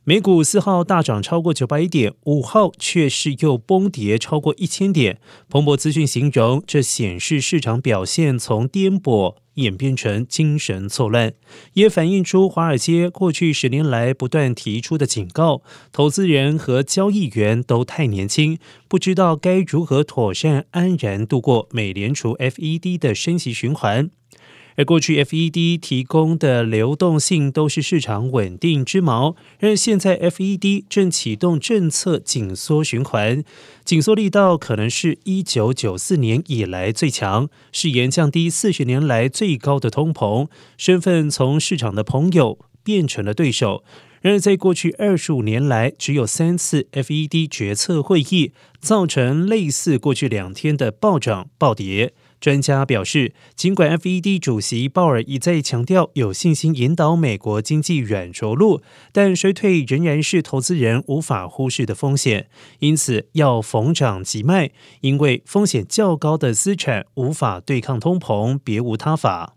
美股4号大涨超过900点，5号却是又崩跌超过1000点。彭博资讯形容，这显示市场表现从颠簸演变成精神错乱，也反映出华尔街过去10年来不断提出的警告：投资人和交易员都太年轻，不知道该如何妥善安然度过美联储 FED 的升息循环。而过去 FED 提供的流动性都是市场稳定之锚，而现在 FED 正启动政策紧缩循环，紧缩力道可能是1994年以来最强，誓言降低40年来最高的通膨，身份从市场的朋友变成了对手。然而在过去25年来，只有3次 FED 决策会议，造成类似过去2天的暴涨暴跌。专家表示，尽管 FED 主席鲍尔一再强调有信心引导美国经济软着陆，但衰退仍然是投资人无法忽视的风险，因此要逢涨即卖，因为风险较高的资产无法对抗通膨，别无他法。